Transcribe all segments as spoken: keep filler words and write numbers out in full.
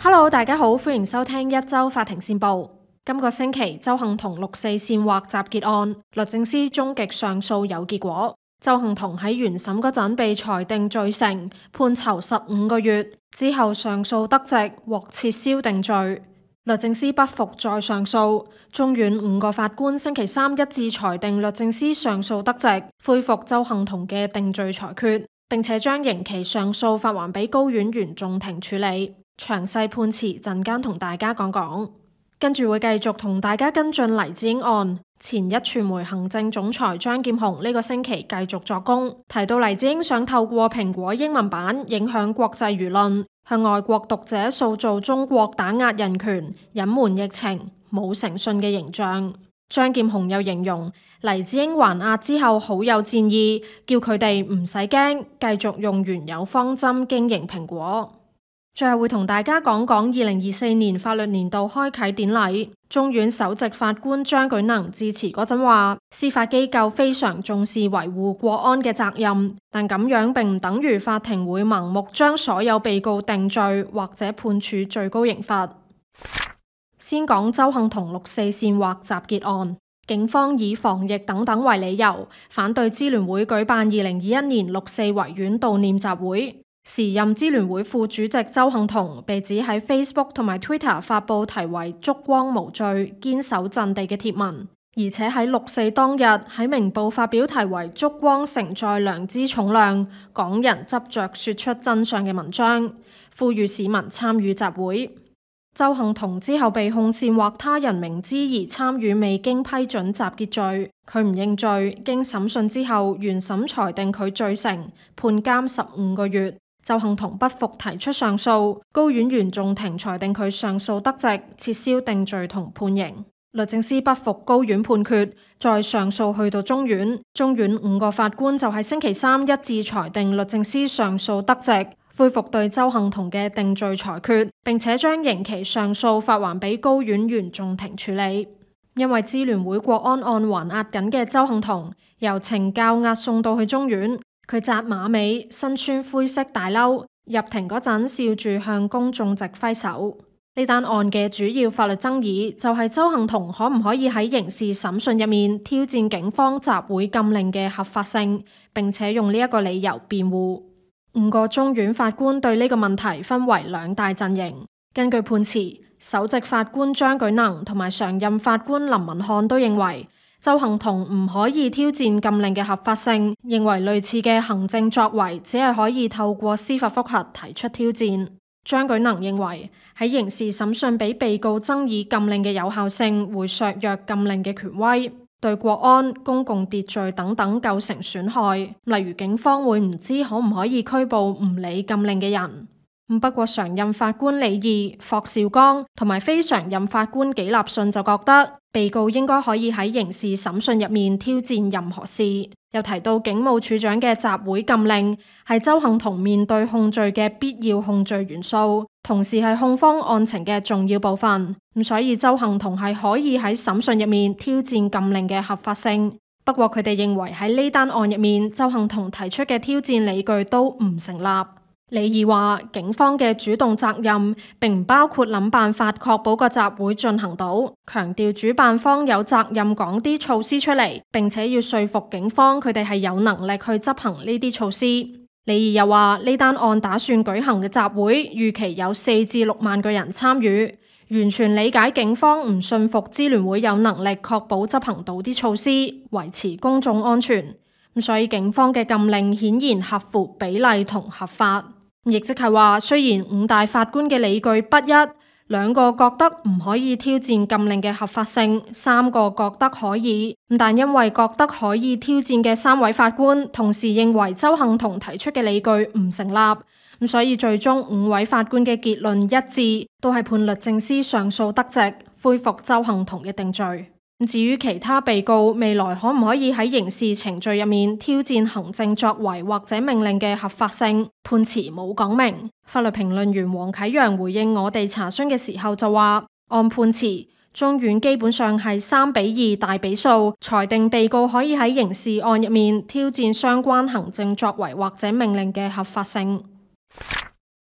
Hello， 大家好，歡迎收聽一周法庭線報。今個星期，鄒幸彤六四煽惑集結案，律政司終極上訴有結果。鄒幸彤喺原審嗰陣被裁定罪成，判囚十五個月，之後上訴得直，獲撤銷定罪。律政司不服再上訴，中院五個法官星期三一致裁定律政司上訴得直，恢復鄒幸彤嘅定罪裁決，並且將刑期上訴發還俾高院原訟庭處理。詳細判詞陣間同大家講講，跟住會繼續同大家跟進黎智英案。前一傳媒行政總裁張劍虹呢個星期繼續作供，提到黎智英想透過蘋果英文版影響國際輿論，向外國讀者塑造中國打壓人權、隱瞞疫情、冇誠信嘅形象。張劍虹又形容黎智英還押之後好有戰意，叫佢哋唔使驚，繼續用原有方針經營蘋果。最後會同大家講講二零二四年法律年度開啟典禮，中院首席法官張舉能致辭嗰陣話，司法機構非常重視維護國安嘅責任，但咁樣並唔等於法庭會盲目將所有被告定罪或者判處最高刑罰。先講鄒幸彤六四煽惑集結案，警方以防疫等等為理由，反對支聯會舉辦二零二一年六四維園悼念集會。時任支聯會副主席鄒幸彤被指喺 Facebook 同埋 Twitter 發布題為燭光無罪、堅守陣地嘅貼文，而且喺六四當日喺明報發表題為燭光承載良知重量，港人執着說出真相嘅文章，呼籲市民參與集會。鄒幸彤之後被控煽惑他人明知而參與未經批准集結罪，佢唔認罪，經審訊之後原審裁定佢罪成，判監十五個月。鄒幸彤不服提出上訴，高院原訟庭裁定佢上訴得直，撤銷定罪同判刑。律政司不服高院判決，再上訴去到中院，中院五個法官就喺星期三一致裁定律政司上訴得直，恢復對鄒幸彤嘅定罪裁決，並且將刑期上訴發還俾高院原訟庭處理。因為支聯會國安案還押緊嘅鄒幸彤，由懲教押送到去中院。佢紮馬尾，身穿灰色大褸，入庭嗰陣笑住向公眾直揮手。呢單案嘅主要法律爭議就係鄒幸彤可唔可以喺刑事審訊入面挑戰警方集會禁令嘅合法性，並且用呢一個理由辯護。五個中院法官對呢個問題分為兩大陣營。根據判詞，首席法官張舉能同埋常任法官林文瀚都認為鄒幸彤唔可以挑戰禁令嘅合法性，認為類似嘅行政作為只係可以透過司法覆核提出挑戰。張舉能認為喺刑事審訊俾被告爭議禁令嘅有效性會削弱禁令嘅權威，對國安、公共秩序等等構成損害，例如警方會唔知可唔可以拘捕唔理禁令嘅人。不過常任法官李義、霍兆剛同埋非常任法官紀立信就覺得被告應該可以喺刑事審訊入面挑戰任何事，又提到警務處長嘅集會禁令係鄒幸彤面對控罪嘅必要控罪元素，同時係控方案情嘅重要部分，咁所以鄒幸彤係可以喺審訊入面挑戰禁令嘅合法性。不過佢哋認為喺呢單案入面，鄒幸彤提出嘅挑戰理據都唔成立。李義話，警方嘅主動責任並唔包括諗辦法確保個集會進行到，強調主辦方有責任講啲措施出嚟，並且要說服警方佢哋係有能力去執行呢啲措施。李義又話，呢單案打算舉行嘅集會預期有四至六萬個人參與，完全理解警方唔信服支聯會有能力確保執行到啲措施，維持公眾安全。咁所以警方嘅禁令顯然合乎比例同合法。亦即係話，雖然五大法官嘅理據不一，兩個覺得唔可以挑戰禁令嘅合法性，三個覺得可以，但因為覺得可以挑戰嘅三位法官同時認為鄒幸彤提出嘅理據唔成立，咁所以最終五位法官嘅結論一致，都係判律政司上訴得直，恢復鄒幸彤嘅定罪。至於其他被告未來可唔可以喺刑事程序入面挑戰行政作為或者命令嘅合法性，判詞冇講明。法律評論員黃啟陽回應我哋查詢嘅時候就話，按判詞，中院基本上係三比二大比數裁定被告可以喺刑事案入面挑戰相關行政作為或者命令嘅合法性。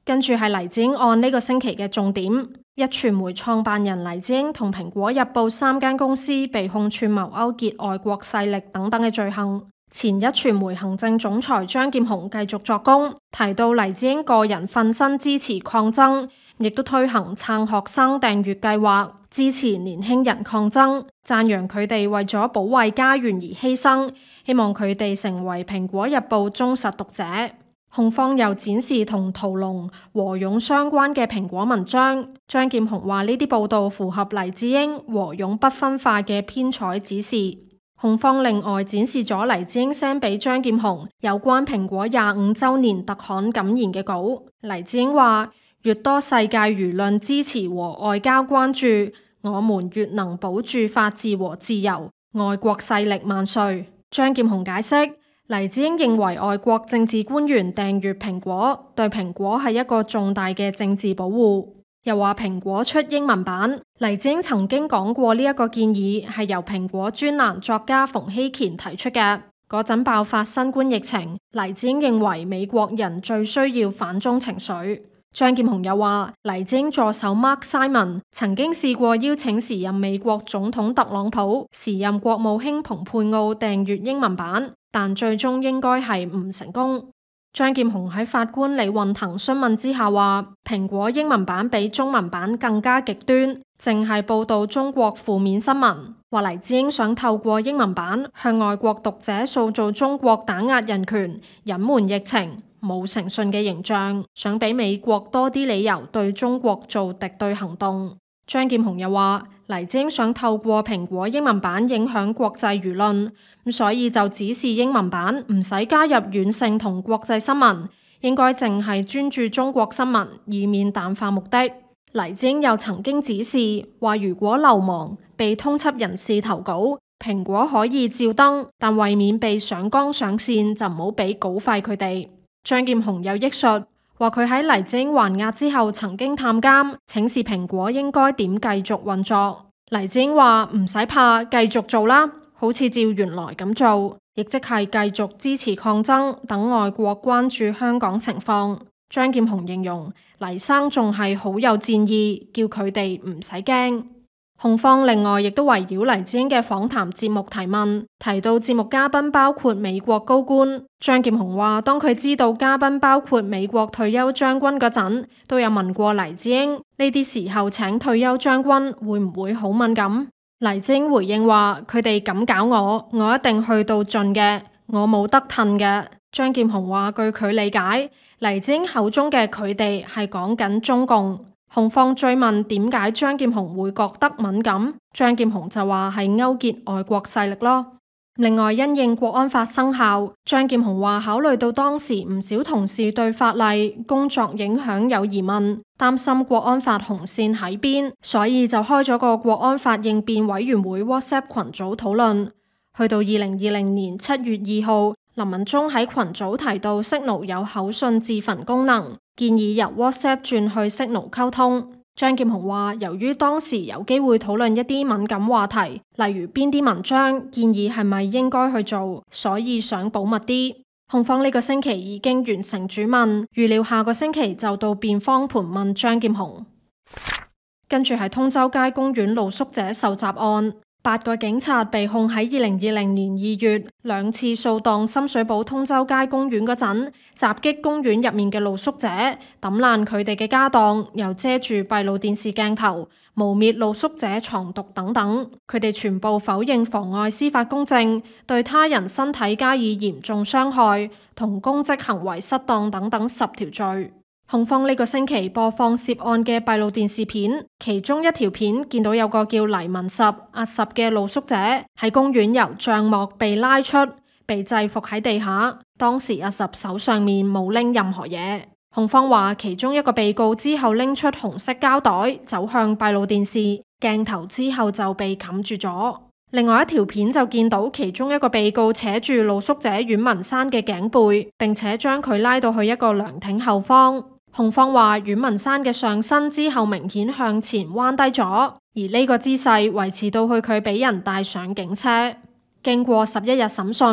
跟住係黎智英案呢個星期嘅重點，壹傳媒創辦人黎智英同蘋果日報三間公司被控串謀勾結外國勢力等等嘅罪行。前壹傳媒行政總裁張劍虹繼續作供，提到黎智英個人奮身支持抗爭，亦都推行撐學生訂閱計劃，支持年輕人抗爭，讚揚佢哋為咗保衛家園而犧牲，希望佢哋成為蘋果日報忠實讀者。控方又展示同屠龍、和勇相關嘅蘋果文章，張劍虹話呢啲報道符合黎智英和勇不分化嘅編採指示。控方另外展示咗黎智英 send 俾張劍虹有關蘋果廿五週年特刊感言嘅稿。黎智英話：越多世界輿論支持和外交關注，我們越能保住法治和自由。外國勢力萬歲。張劍虹解釋，黎智英認為外國政治官員訂閱蘋果對蘋果係一個重大嘅政治保護，又話蘋果出英文版。黎智英曾經講過呢一個建議係由蘋果專欄作家馮希乾提出嘅。嗰陣爆發新冠疫情，黎智英認為美國人最需要反中情緒。張劍虹又話，黎智英助手 Mark Simon 曾經試過邀請時任美國總統特朗普、時任國務卿蓬佩奧訂閱英文版，但最終應該係唔成功。張劍虹喺法官李運騰詢問之下話，蘋果英文版比中文版更加極端，淨係報道中國負面新聞。話黎智英想透過英文版向外國讀者塑造中國打壓人權、隱瞞疫情、冇誠信嘅形象，想俾美國多啲理由對中國做敵對行動。張劍虹又話，黎智英想透過蘋果英文版影響國際輿論，咁所以就指示英文版唔使加入軟性同國際新聞，應該淨係專注中國新聞，以免淡化目的。黎智英又曾經指示話，如果流亡、被通緝人士投稿，蘋果可以照登，但為免被上綱上線，就唔好俾稿費佢哋。張劍虹又憶述話，佢喺黎智英還押之後曾經探監，請示蘋果應該點繼續運作。黎智英話唔使怕，繼續做啦，好似照原來咁做，亦即係繼續支持抗爭，等外國關注香港情況。張劍虹形容黎生仲係好有戰意，叫佢哋唔使驚。控方另外亦都圍繞黎智英嘅訪談節目提問，提到節目嘉賓包括美國高官。張劍虹話，當佢知道嘉賓包括美國退休將軍嗰陣，都有問過黎智英，呢啲時候請退休將軍會唔會好敏感？黎智英回應話，佢哋咁搞我，我一定去到盡嘅，我冇得褪嘅。張劍虹話，據佢理解，黎智英口中嘅佢哋係講緊中共。控方追問點解張劍虹會覺得敏感，張劍虹就話係勾結外國勢力咯。另外，因應國安法生效，張劍虹話考慮到當時唔少同事對法例工作影響有疑問，擔心國安法紅線喺邊，所以就開咗個國安法應變委員會 WhatsApp 群組討論。去到二零二零年七月二號，林文忠喺群組提到 Signal 有口信自焚功能，建議由 WhatsApp 轉去 Signal 溝通。張劍虹話，由於當時有機會討論一啲敏感話題，例如邊啲文章建議係咪應該去做，所以想保密啲。控方呢個星期已經完成主問，預料下個星期就到辯方盤問張劍虹。跟住係通州街公園露宿者受襲案。八個警察被控喺二零二零年二月兩次掃蕩深水埗通州街公園嗰陣，襲擊公園入面嘅露宿者，抌爛佢哋嘅家當，又遮住閉路電視鏡頭，誣衊露宿者藏毒等等。佢哋全部否認妨礙司法公正、對他人身體加以嚴重傷害同公職行為失當等等十條罪。控方呢個星期播放涉案嘅閉路電視片，其中一條片見到有個叫黎文十阿十嘅露宿者喺公園由帳幕被拉出，被制服喺地下。當時阿十手上面冇拎任何嘢。控方話其中一個被告之後拎出紅色膠袋走向閉路電視鏡頭之後就被冚住咗。另外一條片就見到其中一個被告扯住露宿者阮文山嘅頸背，並且將佢拉到去一個涼亭後方。控方話阮文山嘅上身之後明顯向前彎低咗，而呢個姿勢維持到去佢俾人帶上警車。經過十一日審訊，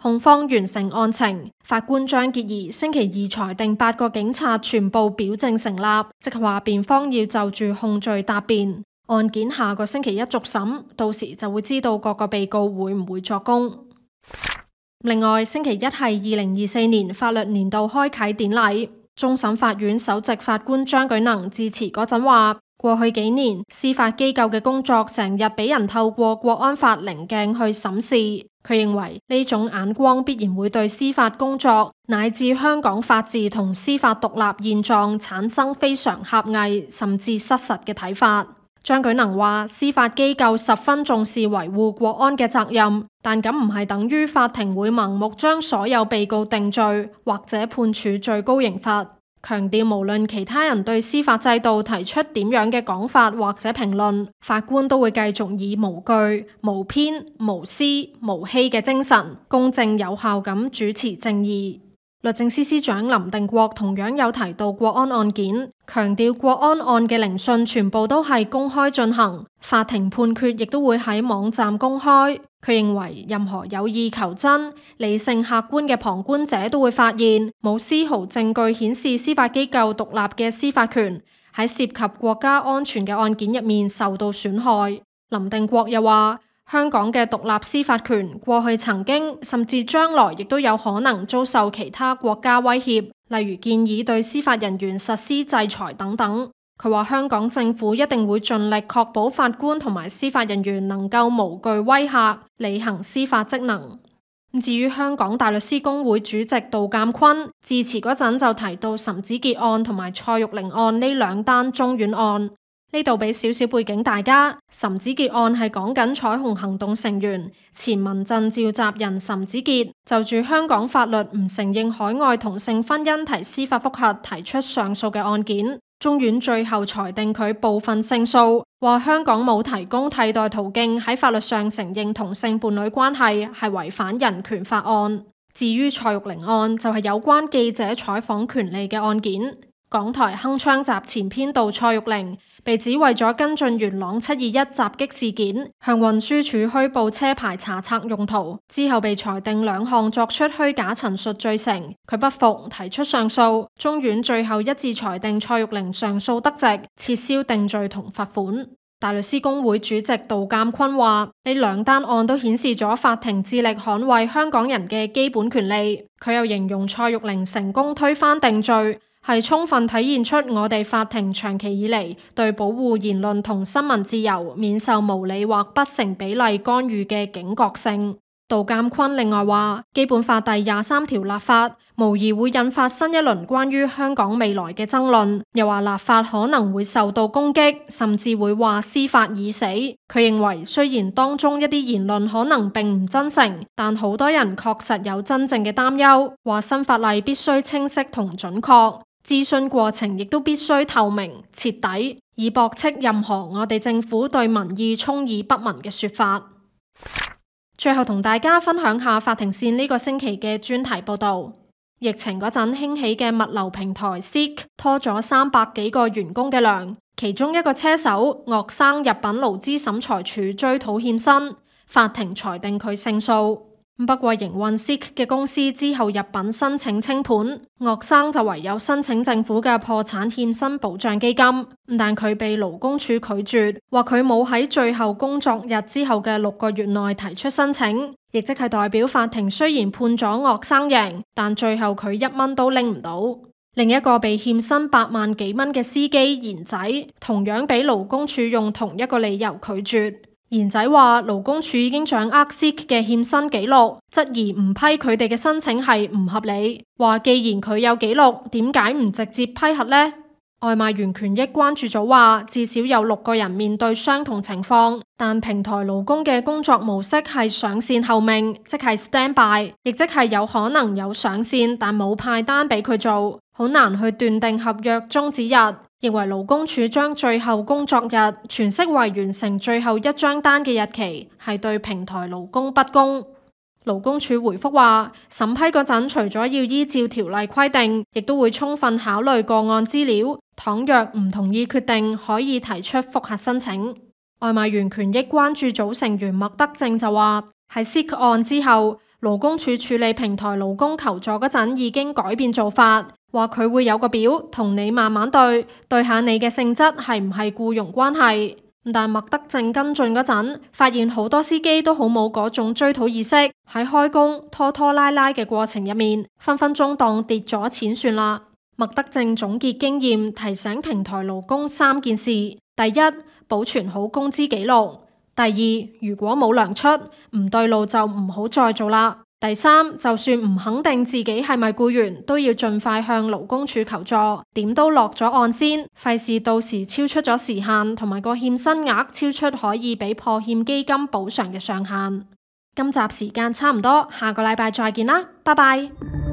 控方完成案情，法官張潔儀星期二裁定八個警察全部表證成立，即係話辯方要就住控罪答辯。案件下個星期一續審，到時就會知道各個被告會唔會作供。另外，星期一係二零二四年法律年度開啟典禮，終審法院首席法官張舉能致辭嗰陣話，過去幾年司法機構嘅工作成日俾人透過國安法棱鏡去審視。佢認為呢種眼光必然會對司法工作乃至香港法治同司法獨立現狀產生非常狹隘甚至失實嘅睇法。張舉能話，司法機構十分重視維護國安嘅責任，但咁唔係等於法庭會盲目將所有被告定罪或者判處最高刑罰。強調無論其他人對司法制度提出點樣嘅講法或者評論，法官都會繼續以無懼、無偏、無私、無欺嘅精神，公正有效咁主持正義。律政司司長林定國同樣有提到國安案件，強調國安案嘅聆訊全部都係公開進行，法庭判決亦都會喺網站公開。佢認為任何有意求真、理性客觀嘅旁觀者都會發現，冇絲毫證據顯示司法機構獨立嘅司法權喺涉及國家安全嘅案件入面受到損害。林定國又話，香港嘅獨立司法權過去曾經甚至將來亦都有可能遭受其他國家威脅，例如建議對司法人員實施制裁等等。佢話香港政府一定會盡力確保法官同埋司法人員能夠無懼威嚇，履行司法職能。至於香港大律師公會主席杜鑑坤致辭嗰陣就提到岑子傑案同埋蔡玉玲案呢兩單中院案。呢度俾少少背景大家，岑子傑案係講緊彩虹行動成員前民陣召集人岑子傑就住香港法律唔承認海外同性婚姻提司法覆核提出上訴嘅案件。中院最後裁定佢部分勝訴，話香港冇提供替代途徑喺法律上承認同性伴侶關係係違反人權法案。至於蔡玉玲案就係有關記者採訪權利嘅案件。港台鏗鏘集前編導蔡玉玲被指為咗跟進元朗七二一襲擊事件，向運輸署虛報車牌查冊用途，之後被裁定兩項作出虛假陳述罪成。佢不服提出上訴，中院最後一致裁定蔡玉玲上訴得直，撤銷定罪同罰款。大律師公會主席杜鑑坤話：呢兩單案都顯示咗法庭致力捍衛香港人嘅基本權利。佢又形容蔡玉玲成功推翻定罪，係充分體現出我哋法庭長期以嚟對保護言論同新聞自由免受無理或不成比例干預嘅警覺性。杜鑑坤另外話，基本法第廿三條立法無疑會引發新一輪關於香港未來嘅爭論，又話立法可能會受到攻擊，甚至會話司法已死。佢認為雖然當中一啲言論可能並唔真誠，但好多人確實有真正嘅擔憂，話新法例必須清晰同準確，諮詢過程亦都必須透明徹底，以駁斥任何我哋政府對民意充耳不聞嘅說法。最後同大家分享下法庭線呢個星期嘅專題報道。疫情嗰陣興起嘅物流平台 Seek 拖咗三百幾個員工嘅糧，其中一個車手岳生入稟勞資審裁處追討欠薪，法庭裁定佢勝訴。不過營運 Seek 嘅公司之後入稟申請清盤，岳生就唯有申請政府嘅破產欠薪保障基金，但佢被勞工處拒絕，話佢冇喺最後工作日之後嘅六個月內提出申請，亦即係代表法庭雖然判咗岳生贏，但最後佢一蚊都拎唔到。另一個被欠薪八萬幾蚊嘅司機賢仔，同樣俾勞工處用同一個理由拒絕。賢仔話勞工處已經掌握 Seek 嘅欠薪記錄，質疑唔批佢哋嘅申請係唔合理，話既然佢有記錄，點解唔直接批核呢？外賣員權益關注組話至少有六個人面對相同情況，但平台勞工嘅工作模式係上線後命，即係 stand by， 亦即係有可能有上線但冇派單俾佢做，好難去斷定合約終止日。認為勞工處將最後工作日詮釋為完成最後一張單嘅日期，係對平台勞工不公。勞工處回覆話，審批嗰陣除咗要依照條例規定，亦都會充分考慮個案資料，倘若唔同意決定，可以提出覆核申請。外賣員權益關注組成員麥德正就話，喺 Seek 案之後， 勞工處處理平台勞工求助嗰陣已經改變做法，話佢會有個表同你慢慢對，對下你嘅性質係唔係僱傭關係。但麥德正跟進嗰陣，發現好多司機都好冇嗰種追討意識，喺開工拖拖拉拉嘅過程入面，分分鐘當跌咗錢算啦。麥德正總結經驗，提醒平台勞工三件事：第一，保存好工資記錄；第二，如果冇糧出，唔對路就唔好再做啦；第三，就算唔肯定自己係咪僱員，都要盡快向勞工處求助，點都落咗案先，費事到時超出咗時限，同埋個欠薪額超出可以俾破欠基金補償嘅上限。今集時間差唔多，下個禮拜再見啦，拜拜。